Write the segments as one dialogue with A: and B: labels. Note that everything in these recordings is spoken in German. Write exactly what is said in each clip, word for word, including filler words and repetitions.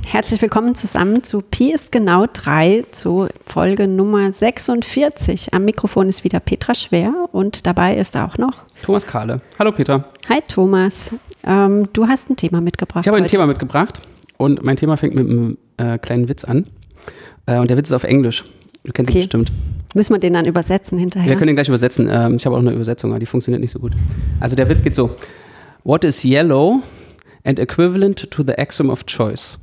A: Herzlich willkommen zusammen zu Pi ist genau drei, zu Folge Nummer sechsundvierzig. Am Mikrofon ist wieder Petra Schwer und dabei ist auch noch
B: Thomas Kahle. Hallo Petra.
A: Hi Thomas, ähm, du hast ein Thema mitgebracht.
B: Ich habe ein
A: heute.
B: Thema mitgebracht und mein Thema fängt mit einem äh, kleinen Witz an. Äh, und der Witz ist auf Englisch. Du kennst
A: Okay.
B: ihn bestimmt.
A: Müssen wir den dann übersetzen hinterher?
B: Wir können ihn gleich übersetzen. Ähm, ich habe auch eine Übersetzung, aber die funktioniert nicht so gut. Also der Witz geht so. What is yellow and equivalent to the axiom of choice?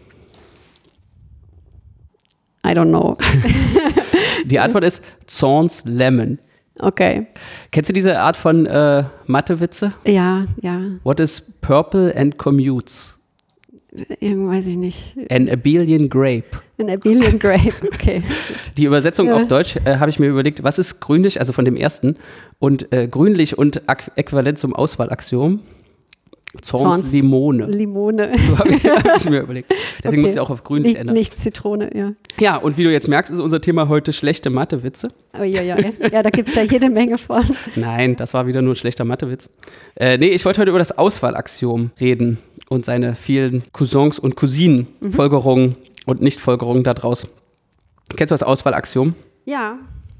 A: I don't know.
B: Die Antwort ist Zorn's Lemon.
A: Okay.
B: Kennst du diese Art von äh, Mathe-Witze?
A: Ja, ja.
B: What is purple and commutes?
A: Irgend weiß ich nicht.
B: An abelian grape.
A: An abelian grape. Okay.
B: Die Übersetzung
A: Ja.
B: auf Deutsch äh, habe ich mir überlegt, was ist grünlich, also von dem ersten, und äh, grünlich und äqu- äquivalent zum Auswahlaxiom? Zorns,
A: Zorns
B: Limone.
A: Limone.
B: So habe ich es mir überlegt. Deswegen
A: Okay.
B: muss ich auch auf grünlich
A: Nicht,
B: ändern.
A: nicht Zitrone, ja.
B: Ja, und wie du jetzt merkst, ist unser Thema heute schlechte Mathewitze.
A: Oh, ja, ja, ja. Ja, da gibt es ja jede Menge von.
B: Nein, das war wieder nur ein schlechter Mathewitz. Äh, nee, ich wollte heute über das Auswahlaxiom reden und seine vielen Cousins und Cousinen,
A: Mhm.
B: Folgerungen und Nichtfolgerungen daraus. Kennst du das Auswahlaxiom?
A: Ja.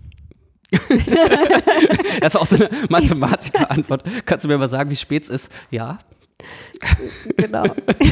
B: Das war auch so eine Mathematiker-Antwort. Kannst du mir mal sagen, wie spät es ist? Ja.
A: Genau.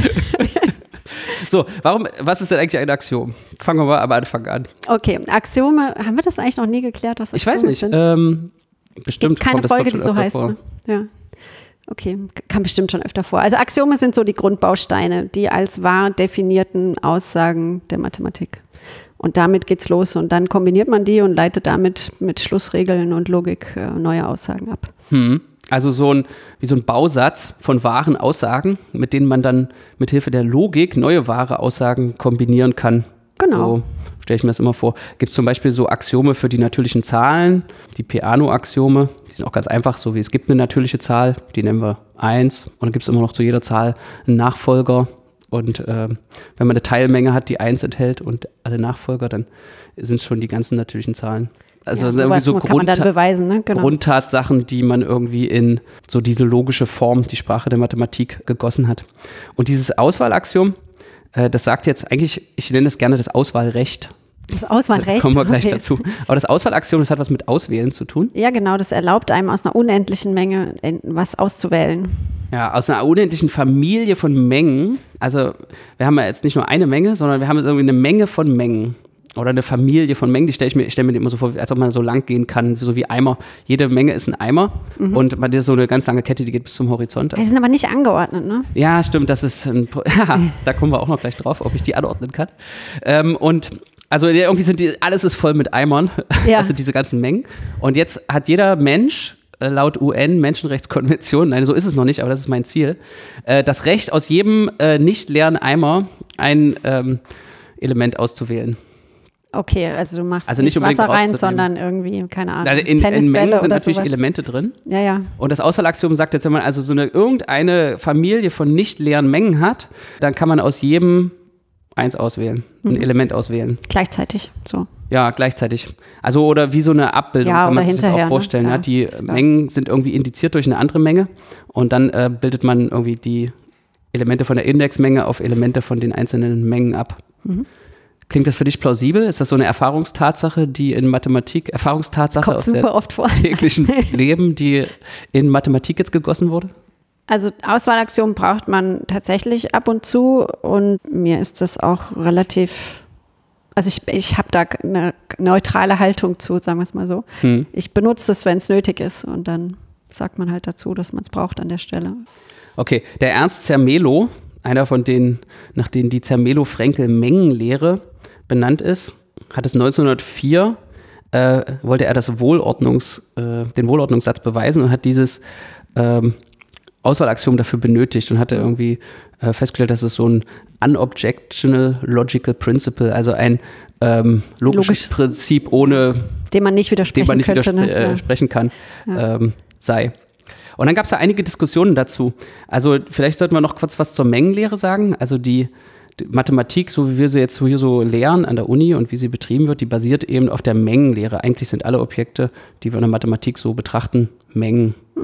B: So, warum, was ist denn eigentlich ein Axiom? Fangen wir mal am Anfang an.
A: Okay, Axiome, haben wir das eigentlich noch nie geklärt, was
B: Ich
A: Axiome
B: weiß nicht,
A: sind?
B: ähm, bestimmt
A: Gibt keine
B: kommt das
A: Folge,
B: schon
A: die so
B: öfter
A: heißt,
B: vor.
A: ne? Ja. Okay, kam bestimmt schon öfter vor. Also Axiome sind so die Grundbausteine, die als wahr definierten Aussagen der Mathematik. Und damit geht's los und dann kombiniert man die und leitet damit mit Schlussregeln und Logik äh, neue Aussagen ab.
B: Hm. Also so ein, wie so ein Bausatz von wahren Aussagen, mit denen man dann mit Hilfe der Logik neue wahre Aussagen kombinieren kann.
A: Genau.
B: So stelle ich mir das immer vor. Gibt es zum Beispiel so Axiome für die natürlichen Zahlen, die Peano-Axiome, die sind auch ganz einfach, so wie es gibt eine natürliche Zahl, die nennen wir eins und dann gibt es immer noch zu jeder Zahl einen Nachfolger. Und äh, wenn man eine Teilmenge hat, die eins enthält und alle Nachfolger, dann sind es schon die ganzen natürlichen Zahlen. Also
A: Ja,
B: das sind irgendwie
A: sowas
B: so
A: kann man dann
B: Grundta-
A: beweisen, ne? Genau.
B: Grundtatsachen, die man irgendwie in so diese logische Form, die Sprache der Mathematik gegossen hat. Und dieses Auswahlaxiom, äh, das sagt jetzt eigentlich, ich nenne es gerne das Auswahlrecht.
A: Das Auswahlrecht.
B: Kommen wir gleich
A: okay.
B: dazu. Aber das Auswahlaxiom, das hat was mit Auswählen zu tun.
A: Ja, genau, das erlaubt einem aus einer unendlichen Menge in- was auszuwählen.
B: Ja, aus einer unendlichen Familie von Mengen. Also wir haben ja jetzt nicht nur eine Menge, sondern wir haben jetzt irgendwie eine Menge von Mengen. Oder eine Familie von Mengen, die stelle ich mir, ich stelle mir die immer so vor, als ob man so lang gehen kann, so wie Eimer. Jede Menge ist ein Eimer
A: Mhm.
B: und man hat so eine ganz lange Kette, die geht bis zum Horizont.
A: Die sind aber nicht angeordnet, ne?
B: Ja, stimmt, das ist ein, ja, da kommen wir auch noch gleich drauf, ob ich die anordnen kann. Ähm, und also ja, irgendwie sind die, alles ist voll mit Eimern,
A: Ja.
B: das sind diese ganzen Mengen. Und jetzt hat jeder Mensch äh, laut U N-Menschenrechtskonvention, nein, so ist es noch nicht, aber das ist mein Ziel, äh, das Recht, aus jedem äh, nicht leeren Eimer ein ähm, Element auszuwählen.
A: Okay, also du machst
B: Also nicht
A: nicht
B: unbedingt
A: Wasser rein,
B: rauszunehmen.
A: sondern irgendwie, keine Ahnung,
B: Also in, in
A: Tennisbälle
B: Mengen sind
A: oder
B: natürlich
A: sowas.
B: Elemente drin.
A: Ja, ja.
B: Und das Auswahlaxiom sagt jetzt, wenn man also so eine irgendeine Familie von nicht leeren Mengen hat, dann kann man aus jedem eins auswählen, ein
A: Mhm.
B: Element auswählen.
A: Gleichzeitig, so.
B: Ja, gleichzeitig. Also oder wie so eine Abbildung,
A: Ja,
B: kann man
A: oder
B: sich das
A: hinterher,
B: auch vorstellen.
A: ne?
B: Ja,
A: Ja,
B: die
A: ist klar.
B: Mengen sind irgendwie indiziert durch eine andere Menge und dann äh, bildet man irgendwie die Elemente von der Indexmenge auf Elemente von den einzelnen Mengen ab.
A: Mhm.
B: Klingt das für dich plausibel? Ist das so eine Erfahrungstatsache, die in Mathematik, Erfahrungstatsache
A: Kommt
B: aus
A: super
B: der
A: oft vor.
B: täglichen Leben, die in Mathematik jetzt gegossen wurde?
A: Also Auswahlaxiom braucht man tatsächlich ab und zu und mir ist das auch relativ, also ich, ich habe da eine neutrale Haltung zu, sagen wir es mal so.
B: Hm.
A: Ich benutze das, wenn es nötig ist und dann sagt man halt dazu, dass man es braucht an der Stelle.
B: Okay, der Ernst Zermelo, einer von denen, nach denen die Zermelo-Frenkel-Mengenlehre benannt ist, hat es neunzehnhundertvier, äh, wollte er das Wohlordnungs, äh, den Wohlordnungssatz beweisen und hat dieses ähm, Auswahlaxiom dafür benötigt und hatte irgendwie äh, festgestellt, dass es so ein unobjectional logical principle, also ein ähm, logisches,
A: Logisches.
B: Prinzip ohne
A: Dem man nicht widersprechen
B: dem man nicht
A: könnte.
B: widerspre-
A: ne?
B: äh,
A: Ja.
B: sprechen kann,
A: Ja.
B: ähm, sei. Und dann gab es da einige Diskussionen dazu. Also vielleicht sollten wir noch kurz was zur Mengenlehre sagen. Also die, die Mathematik, so wie wir sie jetzt hier so lehren an der Uni und wie sie betrieben wird, die basiert eben auf der Mengenlehre. Eigentlich sind alle Objekte, die wir in der Mathematik so betrachten, Mengen.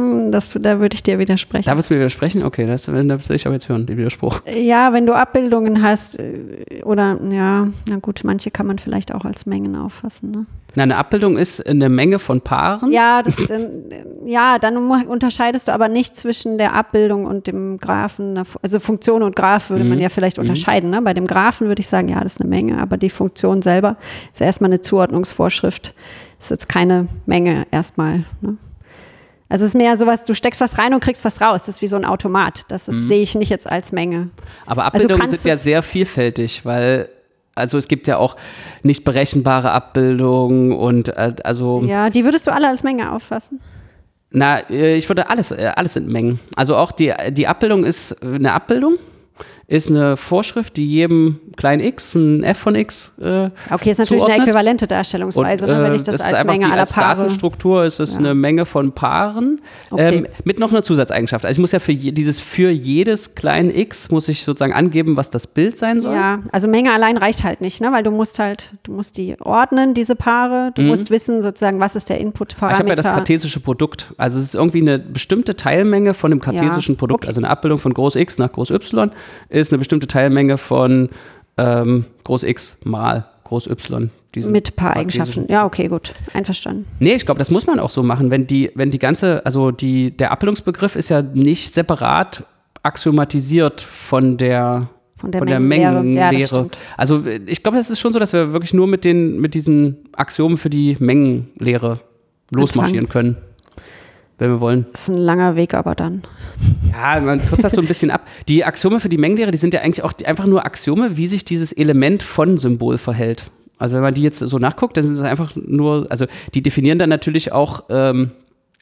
A: Das, da würde ich dir widersprechen.
B: Da wirst du mir widersprechen? Okay, das, das will ich aber jetzt hören, den Widerspruch.
A: Ja, wenn du Abbildungen hast, oder ja, na gut, manche kann man vielleicht auch als Mengen auffassen. Ne?
B: Na, eine Abbildung ist eine Menge von Paaren.
A: Ja, das, ja, dann unterscheidest du aber nicht zwischen der Abbildung und dem Graphen. Also Funktion und Graph würde mhm. man ja vielleicht mhm. unterscheiden. Ne? Bei dem Graphen würde ich sagen, ja, das ist eine Menge, aber die Funktion selber ist erstmal eine Zuordnungsvorschrift. Das ist jetzt keine Menge erstmal. Ne? Also es ist mehr sowas, du steckst was rein und kriegst was raus. Das ist wie so ein Automat. Das ist, mhm. sehe ich nicht jetzt als Menge.
B: Aber Abbildungen also sind ja sehr vielfältig, weil also es gibt ja auch nicht berechenbare Abbildungen und also.
A: Ja, die würdest du alle als Menge auffassen?
B: Na, ich würde alles, alles sind Mengen. Also auch die, die Abbildung ist eine Abbildung. Ist eine Vorschrift, die jedem kleinen x, ein f von x äh,
A: Okay, ist natürlich zuordnet. Eine äquivalente Darstellungsweise, und, äh, ne, wenn ich das, das als Menge aller
B: als
A: Paare...
B: Datenstruktur ist es ja. eine Menge von Paaren okay. ähm, mit noch einer Zusatzeigenschaft. Also ich muss ja für je, dieses für jedes kleinen x muss ich sozusagen angeben, was das Bild sein soll.
A: Ja, also Menge allein reicht halt nicht, ne, weil du musst halt, du musst die ordnen, diese Paare, du mhm. musst wissen sozusagen, was ist der Input-Parameter.
B: Ich habe ja das kartesische Produkt, also es ist irgendwie eine bestimmte Teilmenge von dem kartesischen ja. Produkt, okay. also eine Abbildung von Groß X nach Groß Y ist eine bestimmte Teilmenge von ähm, Groß X mal Groß Y.
A: Mit Paareigenschaften. Ja, okay, gut. Einverstanden.
B: Nee, ich glaube, das muss man auch so machen, wenn die, wenn die ganze, also die, der Abbildungsbegriff ist ja nicht separat axiomatisiert von der
A: Von der,
B: von der
A: Mengenlehre.
B: Mengenlehre.
A: Ja,
B: also ich glaube, es ist schon so, dass wir wirklich nur mit den, mit diesen Axiomen für die Mengenlehre losmarschieren Anfangen. können. Wenn wir wollen.
A: Das ist ein langer Weg, aber dann.
B: Ja, man kürzt das so ein bisschen ab. Die Axiome für die Mengenlehre, die sind ja eigentlich auch die, einfach nur Axiome, wie sich dieses Element von Symbol verhält. Also wenn man die jetzt so nachguckt, dann sind es einfach nur, also die definieren dann natürlich auch, ähm,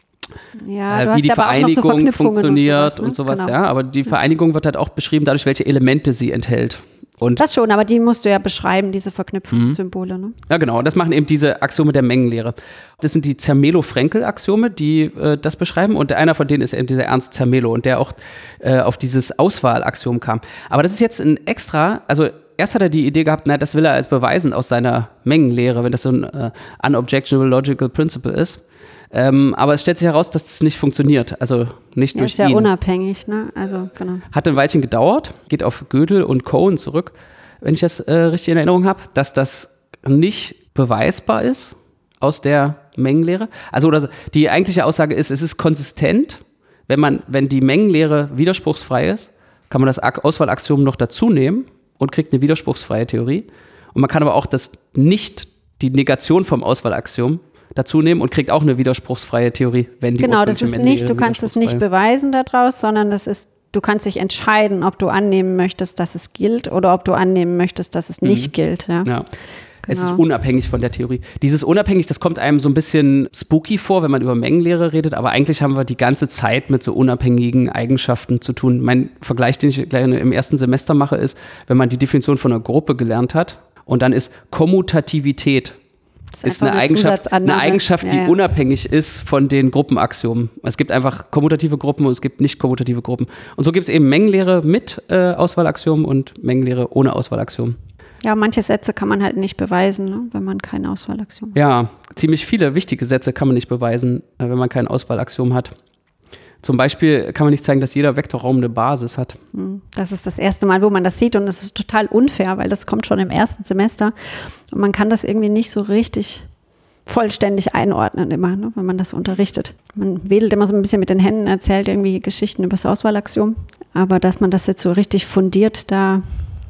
A: ja,
B: äh, wie die Vereinigung so funktioniert und sowas, ne? und sowas
A: genau.
B: ja. Aber die Vereinigung wird halt auch beschrieben dadurch, welche Elemente sie enthält. Und
A: das schon, aber die musst du ja beschreiben, diese Verknüpfungssymbole. Ne?
B: Ja, genau. Und das machen eben diese Axiome der Mengenlehre. Das sind die Zermelo-Frenkel-Axiome, die äh, das beschreiben. Und einer von denen ist eben dieser Ernst Zermelo und der auch äh, auf dieses Auswahlaxiom kam. Aber das ist jetzt ein extra, also erst hat er die Idee gehabt, na, das will er als beweisen aus seiner Mengenlehre, wenn das so ein äh, unobjectionable logical principle ist. Ähm, aber es stellt sich heraus, dass das nicht funktioniert, also nicht
A: ja,
B: durch
A: ist ja
B: ihn.
A: unabhängig, ne? Also, genau.
B: Hat ein Weilchen gedauert, geht auf Gödel und Cohen zurück, wenn ich das äh, richtig in Erinnerung habe, dass das nicht beweisbar ist aus der Mengenlehre. Also oder die eigentliche Aussage ist, es ist konsistent, wenn man, wenn die Mengenlehre widerspruchsfrei ist, kann man das Auswahlaxiom noch dazu nehmen und kriegt eine widerspruchsfreie Theorie. Und man kann aber auch das nicht, die Negation vom Auswahlaxiom dazu nehmen und kriegt auch eine widerspruchsfreie Theorie, wenn die
A: Genau, das ist nicht, du kannst es nicht beweisen daraus, sondern das ist, du kannst dich entscheiden, ob du annehmen möchtest, dass es gilt oder ob du annehmen möchtest, dass es nicht mhm. gilt. Ja.
B: ja. Es ist unabhängig von der Theorie. Dieses unabhängig, das kommt einem so ein bisschen spooky vor, wenn man über Mengenlehre redet, aber eigentlich haben wir die ganze Zeit mit so unabhängigen Eigenschaften zu tun. Mein Vergleich, den ich gleich im ersten Semester mache, ist, wenn man die Definition von einer Gruppe gelernt hat und dann ist Kommutativität. Ist, ist eine, eine Eigenschaft, eine Eigenschaft, die ja, ja. unabhängig ist von den Gruppenaxiomen. Es gibt einfach kommutative Gruppen und es gibt nicht kommutative Gruppen. Und so gibt es eben Mengenlehre mit äh, Auswahlaxiomen und Mengenlehre ohne Auswahlaxiomen.
A: Ja, manche Sätze kann man halt nicht beweisen, ne, wenn man kein Auswahlaxiom hat.
B: Ja, ziemlich viele wichtige Sätze kann man nicht beweisen, äh, wenn man kein Auswahlaxiom hat. Zum Beispiel kann man nicht zeigen, dass jeder Vektorraum eine Basis hat.
A: Das ist das erste Mal, wo man das sieht und das ist total unfair, weil das kommt schon im ersten Semester und man kann das irgendwie nicht so richtig vollständig einordnen immer, ne, wenn man das unterrichtet. Man wedelt immer so ein bisschen mit den Händen, erzählt irgendwie Geschichten über das Auswahlaxiom, aber dass man das jetzt so richtig fundiert da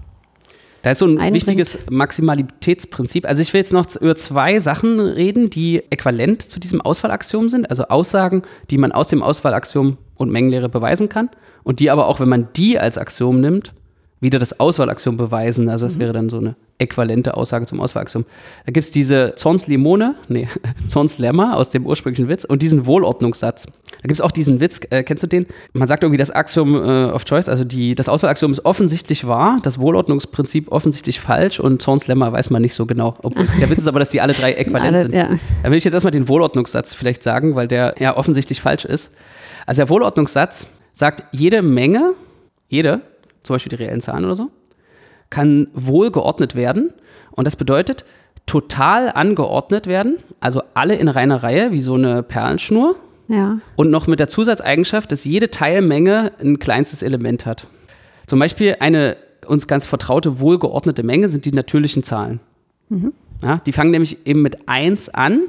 B: Da ist so ein
A: einbringt.
B: wichtiges Maximalitätsprinzip. Also ich will jetzt noch über zwei Sachen reden, die äquivalent zu diesem Auswahlaxiom sind. Also Aussagen, die man aus dem Auswahlaxiom und Mengenlehre beweisen kann. Und die aber auch, wenn man die als Axiom nimmt, wieder das Auswahlaxiom beweisen. Also das mhm. wäre dann so eine äquivalente Aussage zum Auswahlaxiom. Da gibt es diese Zorns-Limone, nee, Zorns-Lemma aus dem ursprünglichen Witz und diesen Wohlordnungssatz. Da gibt es auch diesen Witz, äh, kennst du den? Man sagt irgendwie das Axiom äh, of Choice, also die, das Auswahlaxiom ist offensichtlich wahr, das Wohlordnungsprinzip offensichtlich falsch und Zorns-Lemma weiß man nicht so genau. Obwohl, der Witz ist aber, dass die alle drei äquivalent alle, sind. Ja. Da will ich jetzt erstmal den Wohlordnungssatz vielleicht sagen, weil der ja offensichtlich falsch ist. Also der Wohlordnungssatz sagt, jede Menge, jede, zum Beispiel die reellen Zahlen oder so, kann wohl geordnet werden. Und das bedeutet, total angeordnet werden, also alle in reiner Reihe, wie so eine Perlenschnur,
A: Ja.
B: Und noch mit der Zusatzeigenschaft, dass jede Teilmenge ein kleinstes Element hat. Zum Beispiel eine uns ganz vertraute, wohlgeordnete Menge sind die natürlichen Zahlen. Mhm. Ja, die fangen nämlich eben mit eins an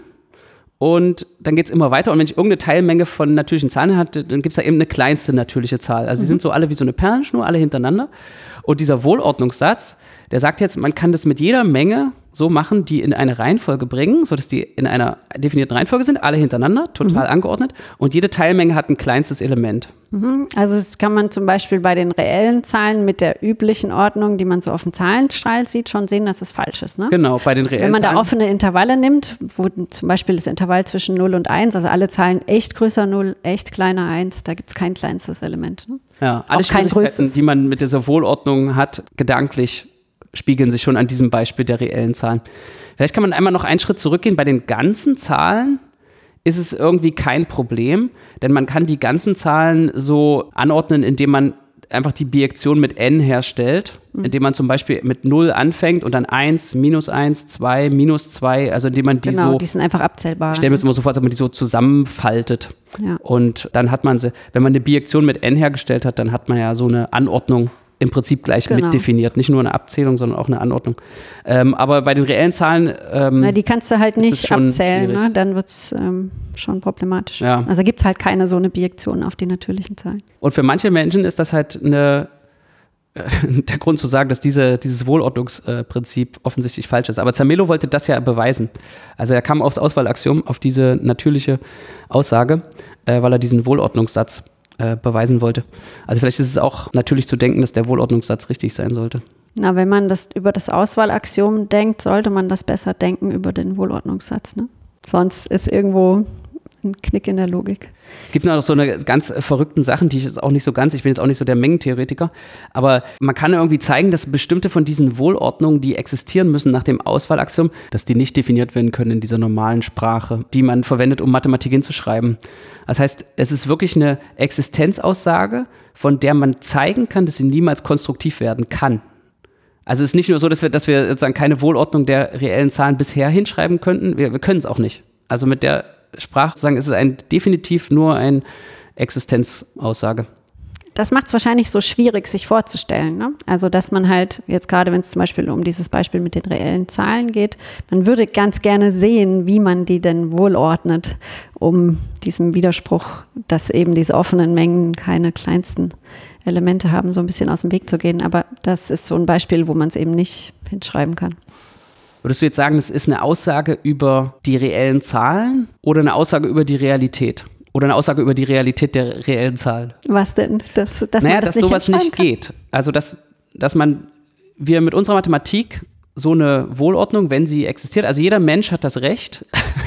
B: und dann geht es immer weiter. Und wenn ich irgendeine Teilmenge von natürlichen Zahlen hatte, dann gibt es da eben eine kleinste natürliche Zahl. Also mhm. die sind so alle wie so eine Perlenschnur, alle hintereinander. Und dieser Wohlordnungssatz, der sagt jetzt, man kann das mit jeder Menge so machen, die in eine Reihenfolge bringen, sodass die in einer definierten Reihenfolge sind, alle hintereinander, total mhm. angeordnet. Und jede Teilmenge hat ein kleinstes Element.
A: Mhm. Also das kann man zum Beispiel bei den reellen Zahlen mit der üblichen Ordnung, die man so auf dem Zahlenstrahl sieht, schon sehen, dass es falsch ist. Ne?
B: Genau, bei den reellen Zahlen.
A: Wenn man da
B: Zahlen.
A: offene Intervalle nimmt, wo zum Beispiel das Intervall zwischen null und eins, also alle Zahlen echt größer null, echt kleiner eins, da gibt es kein kleinstes Element. Ne?
B: Ja, alle
A: Auch kein größtes.
B: Die man mit dieser Wohlordnung hat, gedanklich spiegeln sich schon an diesem Beispiel der reellen Zahlen. Vielleicht kann man einmal noch einen Schritt zurückgehen. Bei den ganzen Zahlen ist es irgendwie kein Problem, denn man kann die ganzen Zahlen so anordnen, indem man einfach die Bijektion mit n herstellt, mhm. indem man zum Beispiel mit null anfängt und dann eins, minus eins, zwei, minus zwei, also indem man die
A: genau,
B: so…
A: Genau, die sind einfach abzählbar.
B: Ich stelle mir das immer so vor, als ob man die so zusammenfaltet.
A: Ja.
B: Und dann hat man sie, wenn man eine Bijektion mit n hergestellt hat, dann hat man ja so eine Anordnung im Prinzip gleich genau. mitdefiniert. Nicht nur eine Abzählung, sondern auch eine Anordnung. Ähm, aber bei den reellen Zahlen ähm,
A: Na, die kannst du halt nicht abzählen, ne? Dann wird es ähm, schon problematisch.
B: Ja.
A: Also gibt es halt keine so eine Bijektion auf die natürlichen Zahlen.
B: Und für manche Menschen ist das halt eine, äh, der Grund zu sagen, dass diese, dieses Wohlordnungsprinzip äh, offensichtlich falsch ist. Aber Zermelo wollte das ja beweisen. Also er kam aufs Auswahlaxiom, auf diese natürliche Aussage, äh, weil er diesen Wohlordnungssatz beweisen wollte. Also vielleicht ist es auch natürlich zu denken, dass der Wohlordnungssatz richtig sein sollte.
A: Na, wenn man das über das Auswahlaxiom denkt, sollte man das besser denken über den Wohlordnungssatz. Ne? Sonst ist irgendwo ein Knick in der Logik.
B: Es gibt noch so eine ganz verrückten Sachen, die ich jetzt auch nicht so ganz, ich bin jetzt auch nicht so der Mengentheoretiker, aber man kann irgendwie zeigen, dass bestimmte von diesen Wohlordnungen, die existieren müssen nach dem Auswahlaxiom, dass die nicht definiert werden können in dieser normalen Sprache, die man verwendet, um Mathematik hinzuschreiben. Das heißt, es ist wirklich eine Existenzaussage, von der man zeigen kann, dass sie niemals konstruktiv werden kann. Also es ist nicht nur so, dass wir, dass wir sozusagen keine Wohlordnung der reellen Zahlen bisher hinschreiben könnten, wir, wir können es auch nicht. Also mit der Sprache sagen, ist es ein, definitiv nur eine Existenzaussage.
A: Das macht es wahrscheinlich so schwierig, sich vorzustellen. Ne? Also, dass man halt, jetzt gerade wenn es zum Beispiel um dieses Beispiel mit den reellen Zahlen geht, man würde ganz gerne sehen, wie man die denn wohlordnet, um diesem Widerspruch, dass eben diese offenen Mengen keine kleinsten Elemente haben, so ein bisschen aus dem Weg zu gehen. Aber das ist so ein Beispiel, wo man es eben nicht hinschreiben kann.
B: Würdest du jetzt sagen, es ist eine Aussage über die reellen Zahlen oder eine Aussage über die Realität? Oder eine Aussage über die Realität der reellen Zahlen?
A: Was denn? Dass, dass
B: naja,
A: man das
B: dass
A: nicht
B: sowas nicht
A: kann?
B: geht. Also, dass, dass man, wir mit unserer Mathematik so eine Wohlordnung, wenn sie existiert, also jeder Mensch hat das Recht,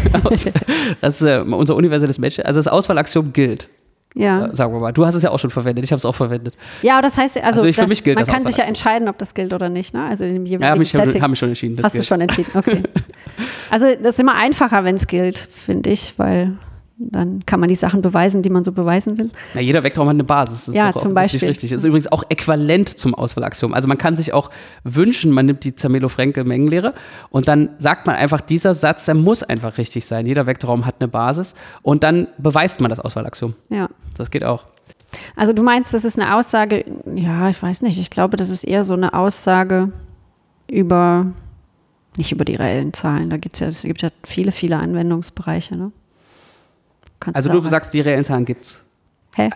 B: das ist äh, unser universelles Mensch, also das Auswahlaxiom gilt.
A: Ja.
B: Äh, sagen wir mal. Du hast es ja auch schon verwendet, ich habe es auch verwendet.
A: Ja, das heißt, also,
B: also ich, für
A: das,
B: mich gilt
A: man
B: das
A: kann sich ja
B: Auswahlaxiom.
A: entscheiden, ob das gilt oder nicht, ne? Also in dem jeweiligen
B: Ja, hab ich,
A: Setting.
B: Habe ich schon entschieden. Das
A: Hast
B: gilt.
A: du schon entschieden, okay. Also das ist immer einfacher, wenn es gilt, finde ich, weil dann kann man die Sachen beweisen, die man so beweisen will.
B: Na, jeder Vektorraum hat eine Basis, das ist
A: ja,
B: doch
A: zum
B: offensichtlich
A: Beispiel.
B: richtig. Das ist übrigens auch äquivalent zum Auswahlaxiom. Also man kann sich auch wünschen, man nimmt die Zermelo-Fraenkel-Mengenlehre und dann sagt man einfach, dieser Satz, der muss einfach richtig sein. Jeder Vektorraum hat eine Basis und dann beweist man das Auswahlaxiom.
A: Ja.
B: Das geht auch.
A: Also du meinst, das ist eine Aussage, ja, ich weiß nicht, ich glaube, das ist eher so eine Aussage über, nicht über die reellen Zahlen, da gibt's ja, es gibt ja viele, viele Anwendungsbereiche, ne? Kannst
B: also du sagst, die reellen Zahlen gibt's.
A: Hä?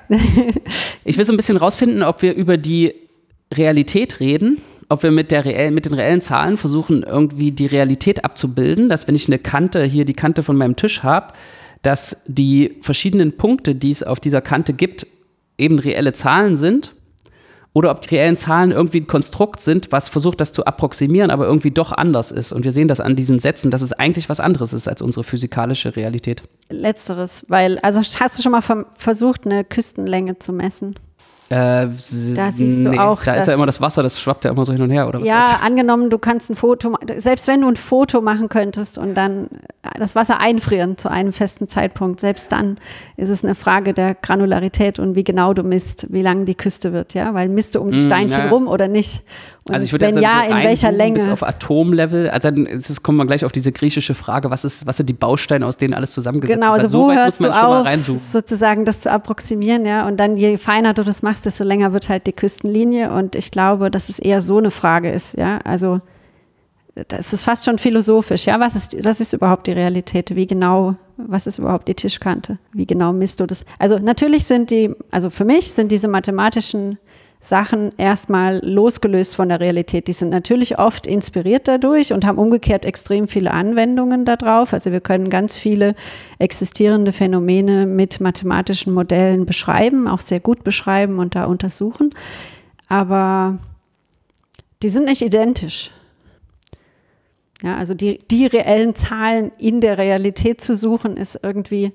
B: Ich will so ein bisschen rausfinden, ob wir über die Realität reden, ob wir mit, der reellen, mit den reellen Zahlen versuchen, irgendwie die Realität abzubilden, dass wenn ich eine Kante, hier die Kante von meinem Tisch habe, dass die verschiedenen Punkte, die es auf dieser Kante gibt, eben reelle Zahlen sind. Oder ob die reellen Zahlen irgendwie ein Konstrukt sind, was versucht, das zu approximieren, aber irgendwie doch anders ist. Und wir sehen das an diesen Sätzen, dass es eigentlich was anderes ist als unsere physikalische Realität.
A: Letzteres, weil, also hast du schon mal versucht, eine Küstenlänge zu messen?
B: Äh,
A: da siehst du
B: nee,
A: auch,
B: da ist ja immer das Wasser, das schwappt ja immer so hin und her, oder was?
A: Ja,
B: meinst du?
A: angenommen, du kannst ein Foto, selbst wenn du ein Foto machen könntest und dann das Wasser einfrieren zu einem festen Zeitpunkt, selbst dann ist es eine Frage der Granularität und wie genau du misst, wie lang die Küste wird, ja, weil misst du um die
B: Mm,
A: Steinchen
B: ja.
A: rum oder nicht? Und
B: also ich würde
A: wenn ja, so in welcher Länge?
B: Bis auf Atomlevel. Also dann ist es, kommen wir gleich auf diese griechische Frage, was, ist, was sind die Bausteine, aus denen alles zusammengesetzt
A: genau,
B: ist.
A: Also
B: so
A: wo
B: weit
A: hörst
B: muss man
A: du
B: schon mal
A: auf,
B: reinzoomen.
A: sozusagen das zu approximieren, ja. Und dann je feiner du das machst, desto länger wird halt die Küstenlinie. Und ich glaube, dass es eher so eine Frage ist, ja. Also das ist fast schon philosophisch, ja. Was ist, was ist überhaupt die Realität? Wie genau, was ist überhaupt die Tischkante? Wie genau misst du das? Also natürlich sind die, also für mich sind diese mathematischen Sachen erstmal losgelöst von der Realität. Die sind natürlich oft inspiriert dadurch und haben umgekehrt extrem viele Anwendungen darauf. Also wir können ganz viele existierende Phänomene mit mathematischen Modellen beschreiben, auch sehr gut beschreiben und da untersuchen. Aber die sind nicht identisch. Ja, also die, die reellen Zahlen in der Realität zu suchen, ist irgendwie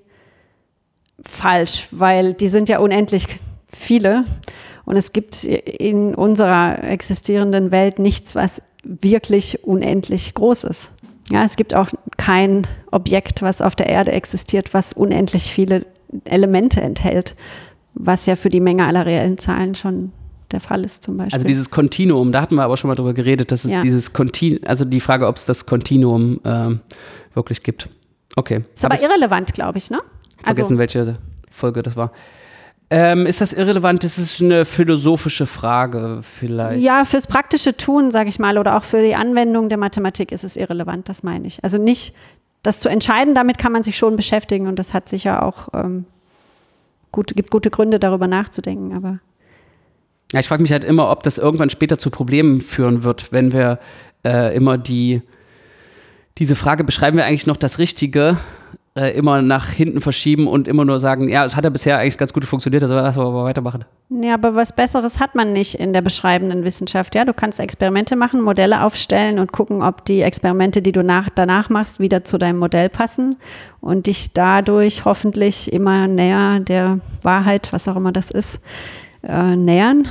A: falsch, weil die sind ja unendlich viele. Und es gibt in unserer existierenden Welt nichts, was wirklich unendlich groß ist. Ja, es gibt auch kein Objekt, was auf der Erde existiert, was unendlich viele Elemente enthält, was ja für die Menge aller reellen Zahlen schon der Fall ist zum Beispiel.
B: Also dieses Kontinuum, da hatten wir aber schon mal drüber geredet, dass es ja. dieses Kontinuum, also die Frage, ob es das Kontinuum äh, wirklich gibt. Okay.
A: Ist aber irrelevant, glaube ich, ne?
B: Vergessen, also, welche Folge das war. Ähm, ist das irrelevant? Das ist eine philosophische Frage vielleicht.
A: Ja, fürs praktische Tun, sage ich mal, oder auch für die Anwendung der Mathematik ist es irrelevant, das meine ich. Also nicht, das zu entscheiden, damit kann man sich schon beschäftigen und das hat sicher auch, ähm, gut, gibt gute Gründe, darüber nachzudenken, aber
B: ja, ich frage mich halt immer, ob das irgendwann später zu Problemen führen wird, wenn wir äh, immer die, diese Frage, beschreiben wir eigentlich noch das Richtige, äh, immer nach hinten verschieben und immer nur sagen, ja, es hat ja bisher eigentlich ganz gut funktioniert, also lassen wir aber weitermachen.
A: Ja, aber was Besseres hat man nicht in der beschreibenden Wissenschaft. Ja, du kannst Experimente machen, Modelle aufstellen und gucken, ob die Experimente, die du nach, danach machst, wieder zu deinem Modell passen und dich dadurch hoffentlich immer näher der Wahrheit, was auch immer das ist, Äh, nähern.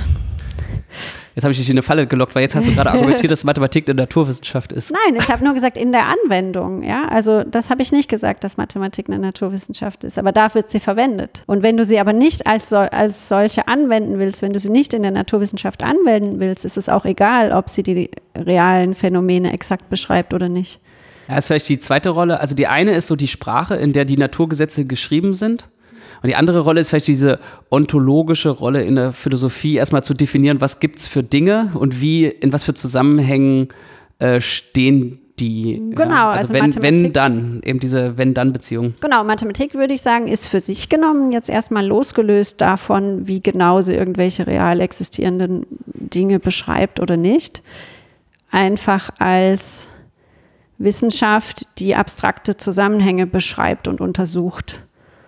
B: Jetzt habe ich dich in eine Falle gelockt, weil jetzt hast du gerade argumentiert, dass Mathematik eine Naturwissenschaft ist.
A: Nein, ich habe nur gesagt, in der Anwendung. Ja, also das habe ich nicht gesagt, dass Mathematik eine Naturwissenschaft ist, aber da wird sie verwendet. Und wenn du sie aber nicht als, so, als solche anwenden willst, wenn du sie nicht in der Naturwissenschaft anwenden willst, ist es auch egal, ob sie die realen Phänomene exakt beschreibt oder nicht.
B: Ja, ist vielleicht die zweite Rolle. Also die eine ist so die Sprache, in der die Naturgesetze geschrieben sind. Und die andere Rolle ist vielleicht diese ontologische Rolle in der Philosophie, erstmal zu definieren, was gibt es für Dinge und wie, in was für Zusammenhängen äh, stehen die.
A: Genau,
B: ja. Also,
A: also
B: wenn,
A: Mathematik,
B: wenn dann, eben diese Wenn-Dann-Beziehung.
A: Genau, Mathematik würde ich sagen, ist für sich genommen jetzt erstmal losgelöst davon, wie genau sie irgendwelche real existierenden Dinge beschreibt oder nicht. Einfach als Wissenschaft, die abstrakte Zusammenhänge beschreibt und untersucht.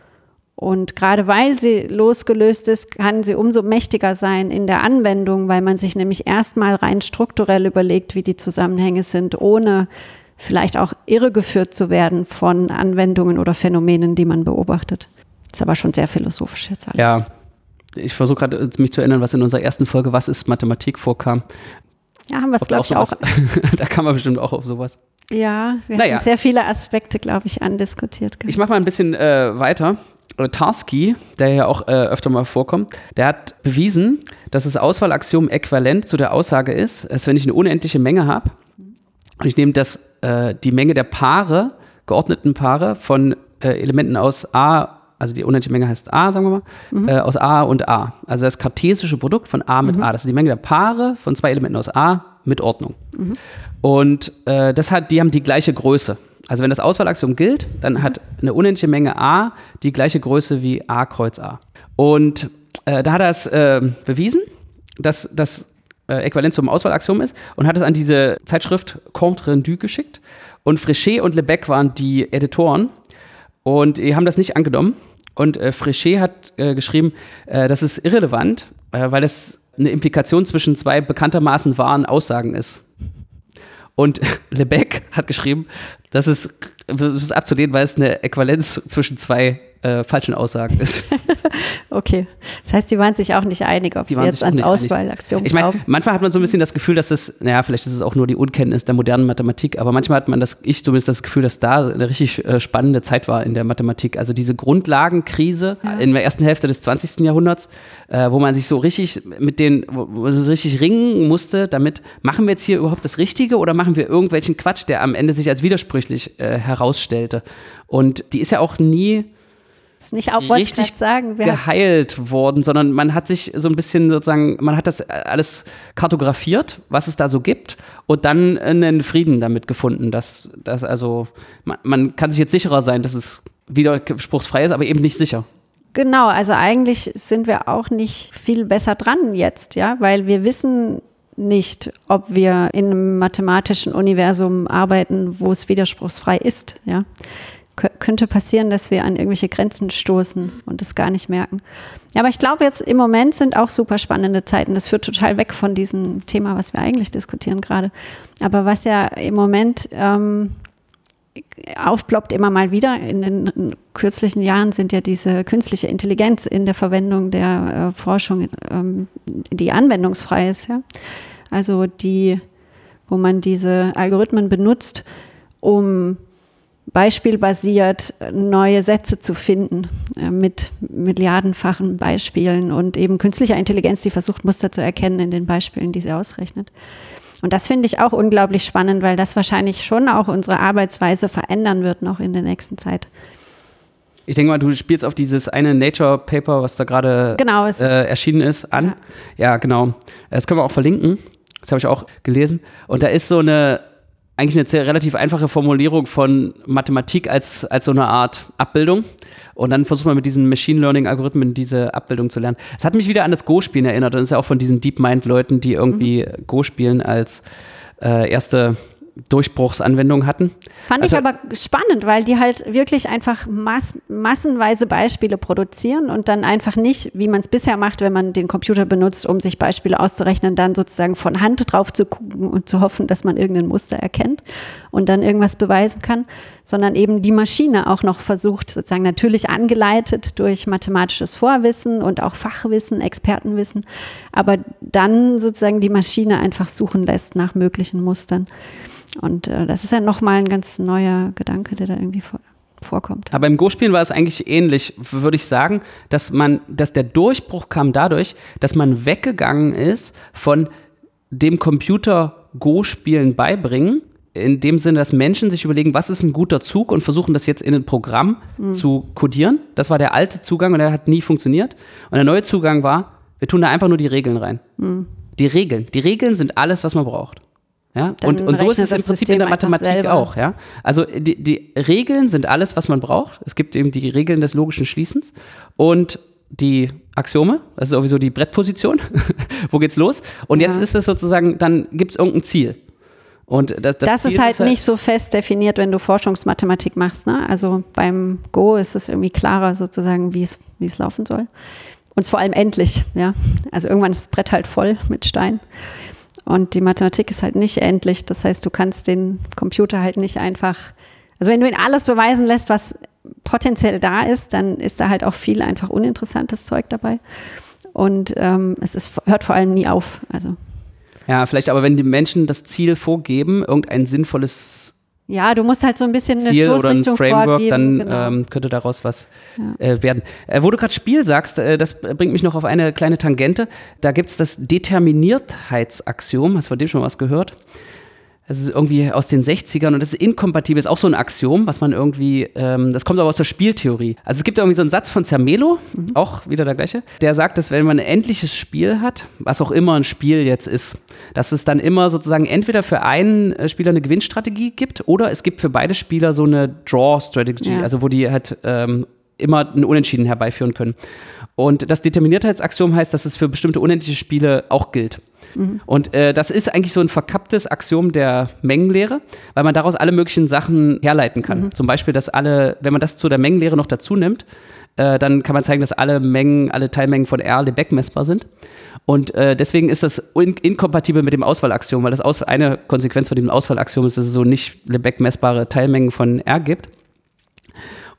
A: Und gerade weil sie losgelöst ist, kann sie umso mächtiger sein in der Anwendung, weil man sich nämlich erstmal rein strukturell überlegt, wie die Zusammenhänge sind, ohne vielleicht auch irregeführt zu werden von Anwendungen oder Phänomenen, die man beobachtet. Das ist aber schon sehr philosophisch jetzt alles.
B: Ja, ich versuche gerade mich zu erinnern, was in unserer ersten Folge „Was ist Mathematik" vorkam.
A: Ja, haben wir es, glaube ich, auch.
B: Da kam man bestimmt auch auf sowas.
A: Ja, wir
B: naja.
A: haben sehr viele Aspekte, glaube ich, andiskutiert.
B: Ich mache mal ein bisschen äh, weiter. Tarski, der ja auch äh, öfter mal vorkommt, der hat bewiesen, dass das Auswahlaxiom äquivalent zu der Aussage ist, dass wenn ich eine unendliche Menge habe und ich nehme das, äh, die Menge der Paare, geordneten Paare von äh, Elementen aus A, also die unendliche Menge heißt A, sagen wir mal, mhm. äh, aus A und A. Also das kartesische Produkt von A mit mhm. A. Das ist die Menge der Paare von zwei Elementen aus A mit Ordnung. Mhm. Und äh, das hat, die haben die gleiche Größe. Also wenn das Auswahlaxiom gilt, dann hat eine unendliche Menge A die gleiche Größe wie A Kreuz A. Und äh, da hat er es äh, bewiesen, dass das äh, äquivalent zum Auswahlaxiom ist und hat es an diese Zeitschrift Compte Rendu geschickt. Und Fréchet und Lebesgue waren die Editoren und die haben das nicht angenommen. Und äh, Fréchet hat äh, geschrieben, äh, das ist irrelevant, äh, weil das eine Implikation zwischen zwei bekanntermaßen wahren Aussagen ist. Und Lebesgue hat geschrieben, das ist, das ist abzulehnen, weil es eine Äquivalenz zwischen zwei äh, falschen Aussagen ist.
A: Okay, das heißt, die waren sich auch nicht einig, ob
B: Die
A: sie
B: waren
A: jetzt
B: sich auch
A: ans
B: nicht einig.
A: Auswahlaktion
B: Ich meine,
A: glauben.
B: manchmal hat man so ein bisschen das Gefühl, dass das, naja, vielleicht ist es auch nur die Unkenntnis der modernen Mathematik, aber manchmal hat man das, ich zumindest das Gefühl, dass da eine richtig äh, spannende Zeit war in der Mathematik. Also diese Grundlagenkrise
A: Ja.
B: in der ersten Hälfte des zwanzigsten Jahrhunderts, äh, wo man sich so richtig mit den, wo, wo man so richtig ringen musste, damit, machen wir jetzt hier überhaupt das Richtige oder machen wir irgendwelchen Quatsch, der am Ende sich als widersprüchlich äh, herausstellte. Und die ist ja auch nie
A: Das ist nicht auch, wollte ich
B: richtig
A: gerade sagen. Wir
B: geheilt worden, sondern man hat sich so ein bisschen sozusagen, man hat das alles kartografiert, was es da so gibt und dann einen Frieden damit gefunden, dass, dass also, man, man kann sich jetzt sicherer sein, dass es widerspruchsfrei ist, aber eben nicht sicher.
A: Genau, also eigentlich sind wir auch nicht viel besser dran jetzt, ja, weil wir wissen nicht, ob wir in einem mathematischen Universum arbeiten, wo es widerspruchsfrei ist, ja. Kö- könnte passieren, dass wir an irgendwelche Grenzen stoßen und es gar nicht merken. Ja, aber ich glaube jetzt im Moment sind auch super spannende Zeiten. Das führt total weg von diesem Thema, was wir eigentlich diskutieren gerade. Aber was ja im Moment ähm, aufploppt immer mal wieder, in den kürzlichen Jahren sind ja diese künstliche Intelligenz in der Verwendung der äh, Forschung, ähm, die anwendungsfrei ist, ja. Also die, wo man diese Algorithmen benutzt, um beispielbasiert neue Sätze zu finden äh, mit milliardenfachen Beispielen und eben künstlicher Intelligenz, die versucht, Muster zu erkennen in den Beispielen, die sie ausrechnet. Und das finde ich auch unglaublich spannend, weil das wahrscheinlich schon auch unsere Arbeitsweise verändern wird noch in der nächsten Zeit.
B: Ich denke mal, du spielst auf dieses eine Nature-Paper, was da gerade
A: Genau, es ist-
B: äh, erschienen ist, an. Ja. ja, genau. Das können wir auch verlinken. Das habe ich auch gelesen. Und da ist so eine, eigentlich eine sehr relativ einfache Formulierung von Mathematik als, als so eine Art Abbildung. Und dann versucht man mit diesen Machine Learning-Algorithmen diese Abbildung zu lernen. Es hat mich wieder an das Go-Spielen erinnert. Und das ist ja auch von diesen DeepMind-Leuten, die irgendwie mhm. Go spielen als äh, erste Durchbruchsanwendung hatten.
A: Fand
B: also,
A: ich aber spannend, weil die halt wirklich einfach mass- massenweise Beispiele produzieren und dann einfach nicht, wie man es bisher macht, wenn man den Computer benutzt, um sich Beispiele auszurechnen, dann sozusagen von Hand drauf zu gucken und zu hoffen, dass man irgendein Muster erkennt und dann irgendwas beweisen kann, sondern eben die Maschine auch noch versucht, sozusagen natürlich angeleitet durch mathematisches Vorwissen und auch Fachwissen, Expertenwissen, aber dann sozusagen die Maschine einfach suchen lässt nach möglichen Mustern. Und äh, das ist ja nochmal ein ganz neuer Gedanke, der da irgendwie vor, vorkommt.
B: Aber im Go-Spielen war es eigentlich ähnlich, würde ich sagen, dass man, dass der Durchbruch kam dadurch, dass man weggegangen ist von dem Computer Go-Spielen beibringen, in dem Sinne, dass Menschen sich überlegen, was ist ein guter Zug und versuchen das jetzt in ein Programm mhm. zu codieren. Das war der alte Zugang und der hat nie funktioniert. Und der neue Zugang war, wir tun da einfach nur die Regeln rein. Mhm. Die Regeln. Die Regeln sind alles, was man braucht. Ja? Und, und so ist es im Prinzip System in der Mathematik auch. Ja? Also die, die Regeln sind alles, was man braucht. Es gibt eben die Regeln des logischen Schließens und die Axiome, das ist sowieso die Brettposition. Wo geht's los? Und ja. jetzt ist es sozusagen, dann gibt es irgendein Ziel. Und das, das,
A: das ist halt, ist halt nicht so fest definiert, wenn du Forschungsmathematik machst. Ne? Also beim Go ist es irgendwie klarer sozusagen, wie es, wie es laufen soll. Und es vor allem endlich. Ja? Also irgendwann ist das Brett halt voll mit Stein. Und die Mathematik ist halt nicht endlich. Das heißt, du kannst den Computer halt nicht einfach, also wenn du ihn alles beweisen lässt, was potenziell da ist, dann ist da halt auch viel einfach uninteressantes Zeug dabei. Und ähm, es ist, hört vor allem nie auf. Also.
B: Ja, vielleicht aber, wenn die Menschen das Ziel vorgeben, irgendein sinnvolles
A: Ja, du musst halt so ein bisschen eine
B: Ziel
A: Stoßrichtung
B: oder ein Framework,
A: vorgeben.
B: dann
A: Genau.
B: ähm, könnte daraus was
A: ja.
B: äh, werden. Äh, wo du gerade Spiel sagst, äh, das bringt mich noch auf eine kleine Tangente. Da gibt es das Determiniertheitsaxiom. Hast du von dem schon was gehört? Das ist irgendwie aus den sechzigern und das ist inkompatibel, ist auch so ein Axiom, was man irgendwie, ähm, das kommt aber aus der Spieltheorie. Also es gibt irgendwie so einen Satz von Zermelo, mhm. auch wieder der gleiche, der sagt, dass wenn man ein endliches Spiel hat, was auch immer ein Spiel jetzt ist, dass es dann immer sozusagen entweder für einen Spieler eine Gewinnstrategie gibt oder es gibt für beide Spieler so eine Draw-Strategy, ja. also wo die halt ähm, immer ein Unentschieden herbeiführen können. Und das Determiniertheitsaxiom heißt, dass es für bestimmte unendliche Spiele auch gilt. Mhm. Und äh, das ist eigentlich so ein verkapptes Axiom der Mengenlehre, weil man daraus alle möglichen Sachen herleiten kann. Mhm. Zum Beispiel, dass alle, wenn man das zu der Mengenlehre noch dazu nimmt, äh, dann kann man zeigen, dass alle Mengen, alle Teilmengen von R Lebesgue messbar sind. Und äh, deswegen ist das in- inkompatibel mit dem Auswahlaxiom, weil das Aus- eine Konsequenz von dem Auswahlaxiom ist, dass es so nicht Lebesgue messbare Teilmengen von R gibt.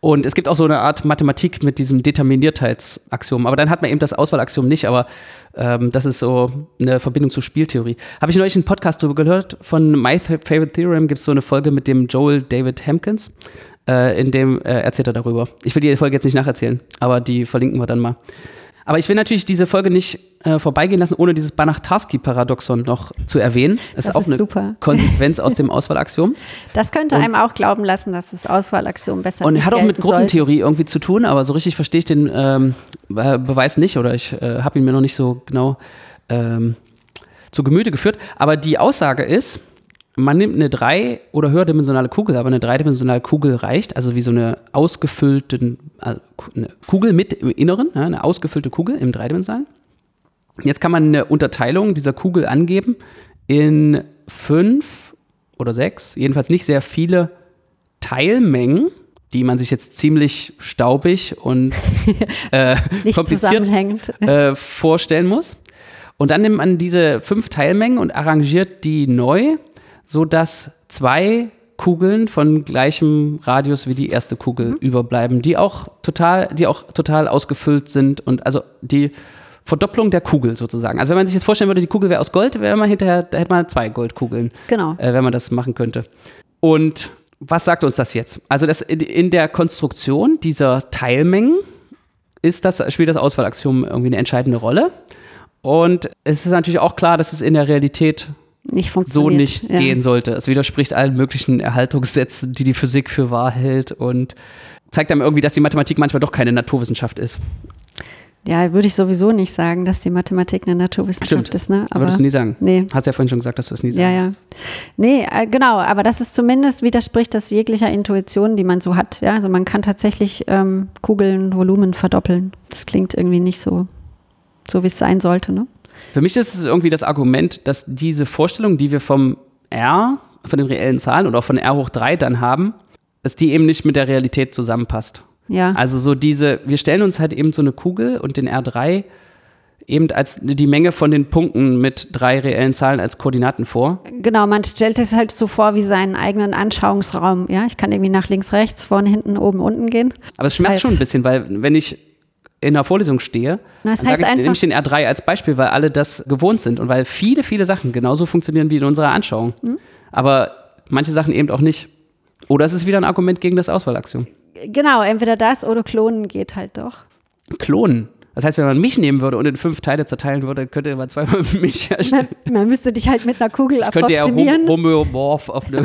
B: Und es gibt auch so eine Art Mathematik mit diesem Determiniertheitsaxiom. Aber dann hat man eben das Auswahlaxiom nicht, aber ähm, das ist so eine Verbindung zur Spieltheorie. Habe ich neulich einen Podcast drüber gehört, von My Favorite Theorem gibt es so eine Folge mit dem Joel David Hampkins, äh, in dem äh, erzählt er darüber. Ich will die Folge jetzt nicht nacherzählen, aber die verlinken wir dann mal. Aber ich will natürlich diese Folge nicht äh, vorbeigehen lassen, ohne dieses Banach-Tarski-Paradoxon noch zu erwähnen. Das, das ist auch ist eine super. Konsequenz aus dem Auswahlaxiom.
A: Das könnte und, einem auch glauben lassen, dass das Auswahlaxiom besser ist.
B: Und hat auch mit Gruppentheorie
A: sollte.
B: irgendwie zu tun, aber so richtig verstehe ich den ähm, Beweis nicht oder ich äh, habe ihn mir noch nicht so genau ähm, zu Gemüte geführt. Aber die Aussage ist, man nimmt eine drei- oder höherdimensionale Kugel, aber eine dreidimensionale Kugel reicht, also wie so eine ausgefüllte also eine Kugel mit im Inneren, ja, eine ausgefüllte Kugel im dreidimensionalen. Jetzt kann man eine Unterteilung dieser Kugel angeben in fünf oder sechs, jedenfalls nicht sehr viele Teilmengen, die man sich jetzt ziemlich staubig und äh, kompliziert äh, vorstellen muss. Und dann nimmt man diese fünf Teilmengen und arrangiert die neu, sodass zwei Kugeln von gleichem Radius wie die erste Kugel mhm. überbleiben, die auch total, die auch total ausgefüllt sind und also die Verdopplung der Kugel sozusagen. Also wenn man sich jetzt vorstellen würde, die Kugel wäre aus Gold, wäre man hinterher, da hätte man zwei Goldkugeln,
A: genau.
B: äh, wenn man das machen könnte. Und was sagt uns das jetzt? Also das in der Konstruktion dieser Teilmengen ist das, spielt das Auswahlaxiom irgendwie eine entscheidende Rolle. Und es ist natürlich auch klar, dass es in der Realität
A: nicht
B: so nicht ja. gehen sollte. Es widerspricht allen möglichen Erhaltungssätzen, die die Physik für wahr hält und zeigt einem irgendwie, dass die Mathematik manchmal doch keine Naturwissenschaft ist.
A: Ja, würde ich sowieso nicht sagen, dass die Mathematik eine Naturwissenschaft
B: Stimmt.
A: ist. Ne?
B: Aber würdest du nie sagen.
A: Nee.
B: Hast ja vorhin schon gesagt, dass du es nie sagst.
A: Ja, ja. Nee, äh, genau, aber das ist zumindest widerspricht das jeglicher Intuition, die man so hat. Ja? Also man kann tatsächlich ähm, Kugeln, Volumen verdoppeln. Das klingt irgendwie nicht so, so wie es sein sollte, ne?
B: Für mich ist es irgendwie das Argument, dass diese Vorstellung, die wir vom R, von den reellen Zahlen oder auch von R hoch drei dann haben, dass die eben nicht mit der Realität zusammenpasst.
A: Ja.
B: Also so diese, wir stellen uns halt eben so eine Kugel und den R drei eben als die Menge von den Punkten mit drei reellen Zahlen als Koordinaten vor.
A: Genau, man stellt es halt so vor wie seinen eigenen Anschauungsraum. Ja, ich kann irgendwie nach links, rechts, vorne, hinten, oben, unten gehen.
B: Aber es schmerzt halt schon ein bisschen, weil wenn ich in einer Vorlesung stehe,
A: Na, das
B: dann
A: heißt
B: sage ich,
A: einfach,
B: nehme ich den R drei als Beispiel, weil alle das gewohnt sind und weil viele, viele Sachen genauso funktionieren wie in unserer Anschauung. Mhm. Aber manche Sachen eben auch nicht. Oder es ist wieder ein Argument gegen das Auswahlaxiom.
A: Genau, entweder das oder Klonen geht halt doch.
B: Klonen? Das heißt, wenn man mich nehmen würde und in fünf Teile zerteilen würde, könnte man zweimal mich herstellen.
A: Man, man müsste dich halt mit einer Kugel
B: ich
A: approximieren.
B: Könnte ja homöomorph auf eine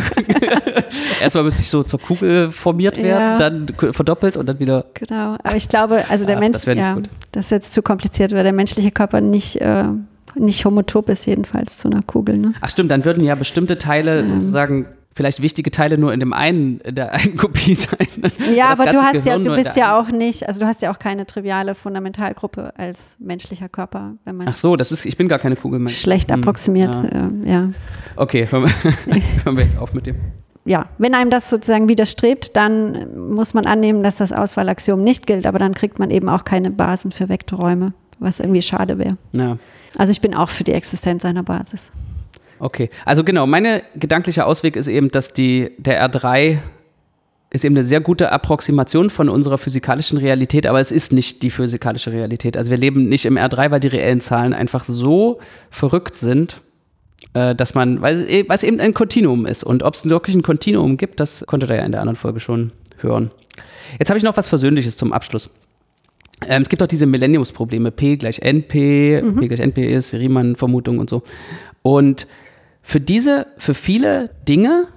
B: erstmal müsste ich so zur Kugel formiert werden, ja. Dann verdoppelt und dann wieder.
A: Genau, aber ich glaube, also der Ach, Mensch, das, ja, das ist jetzt zu kompliziert, weil der menschliche Körper nicht, äh, nicht homotop ist, jedenfalls zu einer Kugel. Ne?
B: Ach stimmt, dann würden ja bestimmte Teile ähm. sozusagen vielleicht wichtige Teile nur in dem einen, in der einen Kopie sein.
A: Ja, aber du hast ja, du bist ja auch nicht, also du hast ja auch keine triviale Fundamentalgruppe als menschlicher Körper, wenn man.
B: Ach so, das ist, ich bin gar keine Kugel.
A: Schlecht hm, approximiert, ja. Äh, ja.
B: Okay, hören wir, hören wir jetzt auf mit dem.
A: Ja, wenn einem das sozusagen widerstrebt, dann muss man annehmen, dass das Auswahlaxiom nicht gilt, aber dann kriegt man eben auch keine Basen für Vektorräume, was irgendwie schade wäre.
B: Ja.
A: Also ich bin auch für die Existenz einer Basis.
B: Okay, also genau, mein gedanklicher Ausweg ist eben, dass die, der R drei ist eben eine sehr gute Approximation von unserer physikalischen Realität, aber es ist nicht die physikalische Realität. Also wir leben nicht im R drei, weil die reellen Zahlen einfach so verrückt sind, äh, dass man, weil, weil es eben ein Kontinuum ist. Und ob es wirklich ein Kontinuum gibt, das konntet ihr ja in der anderen Folge schon hören. Jetzt habe ich noch was Versöhnliches zum Abschluss. Ähm, es gibt auch diese Millenniumsprobleme, P gleich N P, mhm. P gleich N P ist, Riemann-Vermutung und so. Und für diese, für viele Dinge,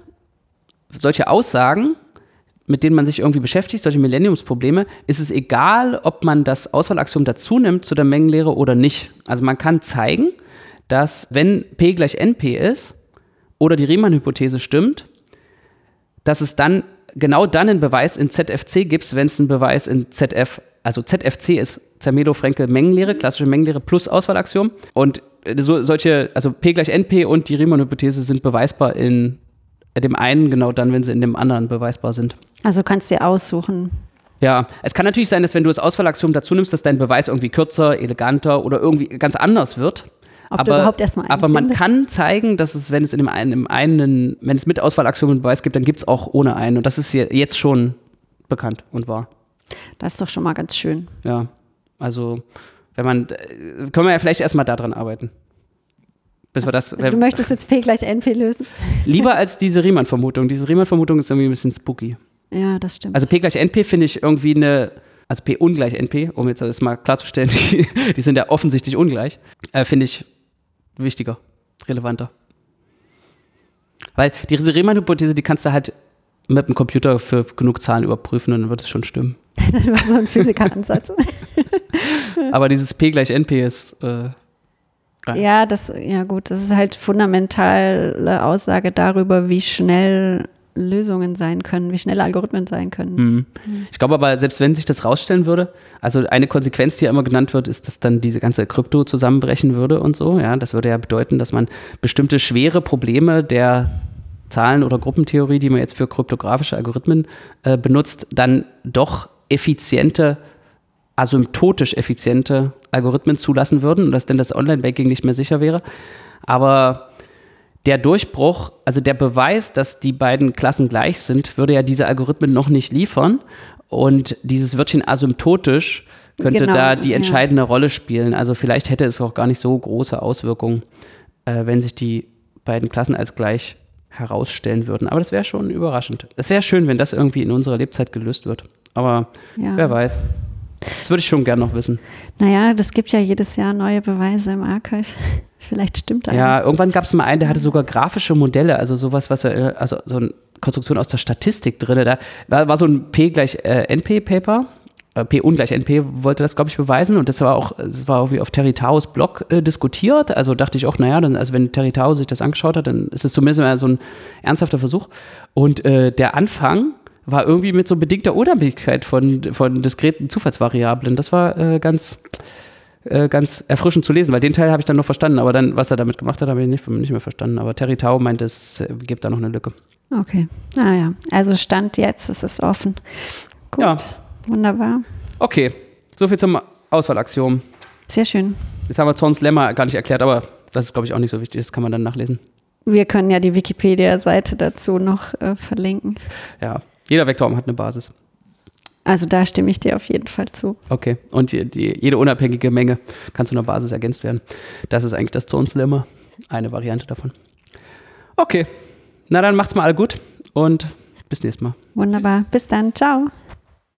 B: solche Aussagen, mit denen man sich irgendwie beschäftigt, solche Millenniumsprobleme, ist es egal, ob man das Auswahlaxiom dazu nimmt zu der Mengenlehre oder nicht. Also man kann zeigen, dass wenn P gleich N P ist oder die Riemann-Hypothese stimmt, dass es dann genau dann einen Beweis in Z F C gibt, wenn es einen Beweis in Z F, also Z F C ist Zermelo-Frenkel-Mengenlehre, klassische Mengenlehre plus Auswahlaxiom und so, solche, also P gleich N P und die Riemann-Hypothese sind beweisbar in dem einen, genau dann, wenn sie in dem anderen beweisbar sind.
A: Also kannst du dir aussuchen.
B: Ja, es kann natürlich sein, dass wenn du das Auswahlaxiom dazu nimmst, dass dein Beweis irgendwie kürzer, eleganter oder irgendwie ganz anders wird.
A: Ob
B: aber,
A: du überhaupt erstmal einen
B: aber man
A: findest.
B: kann zeigen, dass es, wenn es in dem einen, im einen wenn es mit Auswahlaxiom einen Beweis gibt, dann gibt es auch ohne einen. Und das ist jetzt schon bekannt und wahr.
A: Das ist doch schon mal ganz schön.
B: Ja, also wenn man, können wir ja vielleicht erstmal daran arbeiten. Bis
A: also,
B: wir das,
A: also du möchtest jetzt P gleich N P lösen?
B: Lieber als diese Riemann-Vermutung. Diese Riemann-Vermutung ist irgendwie ein bisschen spooky.
A: Ja, das stimmt.
B: Also P gleich N P finde ich irgendwie eine, also P ungleich N P, um jetzt das mal klarzustellen, die, die sind ja offensichtlich ungleich, äh, finde ich wichtiger, relevanter. Weil diese Riemann-Hypothese, die kannst du halt mit dem Computer für genug Zahlen überprüfen und dann wird es schon stimmen.
A: Das war so ein Physikeransatz.
B: Aber dieses P gleich N P ist äh,
A: ja, das, ja gut, das ist halt fundamentale Aussage darüber, wie schnell Lösungen sein können, wie schnell Algorithmen sein können.
B: Mhm. Mhm. Ich glaube aber, selbst wenn sich das rausstellen würde, also eine Konsequenz, die ja immer genannt wird, ist, dass dann diese ganze Krypto zusammenbrechen würde und so. Ja, das würde ja bedeuten, dass man bestimmte schwere Probleme der Zahlen- oder Gruppentheorie, die man jetzt für kryptografische Algorithmen äh, benutzt, dann doch effiziente, asymptotisch effiziente Algorithmen zulassen würden und dass denn das Online-Banking nicht mehr sicher wäre. Aber der Durchbruch, also der Beweis, dass die beiden Klassen gleich sind, würde ja diese Algorithmen noch nicht liefern. Und dieses Wörtchen asymptotisch könnte genau, da die entscheidende ja. Rolle spielen. Also vielleicht hätte es auch gar nicht so große Auswirkungen, äh, wenn sich die beiden Klassen als gleich herausstellen würden. Aber das wäre schon überraschend. Es wäre schön, wenn das irgendwie in unserer Lebzeit gelöst wird. Aber ja. wer weiß. Das würde ich schon gerne noch wissen.
A: Naja, das gibt ja jedes Jahr neue Beweise im Archive. Vielleicht stimmt das.
B: Ja, irgendwann gab es mal einen, der hatte sogar grafische Modelle, also sowas, was wir, also so eine Konstruktion aus der Statistik drin. Da war, war so ein P gleich äh, N P-Paper. Äh, P ungleich N P wollte das, glaube ich, beweisen. Und das war auch, das war auch wie auf Terry Taos Blog äh, diskutiert. Also dachte ich auch, naja, dann, also wenn Terry Tao sich das angeschaut hat, dann ist es zumindest mal so ein ernsthafter Versuch. Und äh, der Anfang war irgendwie mit so bedingter Unabhängigkeit von, von diskreten Zufallsvariablen. Das war äh, ganz, äh, ganz erfrischend zu lesen, weil den Teil habe ich dann noch verstanden, aber dann, was er damit gemacht hat, habe ich nicht, nicht mehr verstanden. Aber Terry Tao meint, es gibt da noch eine Lücke.
A: Okay, ah ja, also Stand jetzt, es ist offen. Gut,
B: ja.
A: Wunderbar.
B: Okay, soviel zum Auswahlaxiom.
A: Sehr schön.
B: Jetzt haben wir Zorns Lemma gar nicht erklärt, aber das ist, glaube ich, auch nicht so wichtig, das kann man dann nachlesen.
A: Wir können ja die Wikipedia-Seite dazu noch äh, verlinken.
B: Ja. Jeder Vektorraum hat eine Basis.
A: Also da stimme ich dir auf jeden Fall zu.
B: Okay, und die, die, jede unabhängige Menge kann zu einer Basis ergänzt werden. Das ist eigentlich das Zorns Lemma, eine Variante davon. Okay, na dann macht's mal alle gut und bis nächstes Mal.
A: Wunderbar, bis dann, ciao.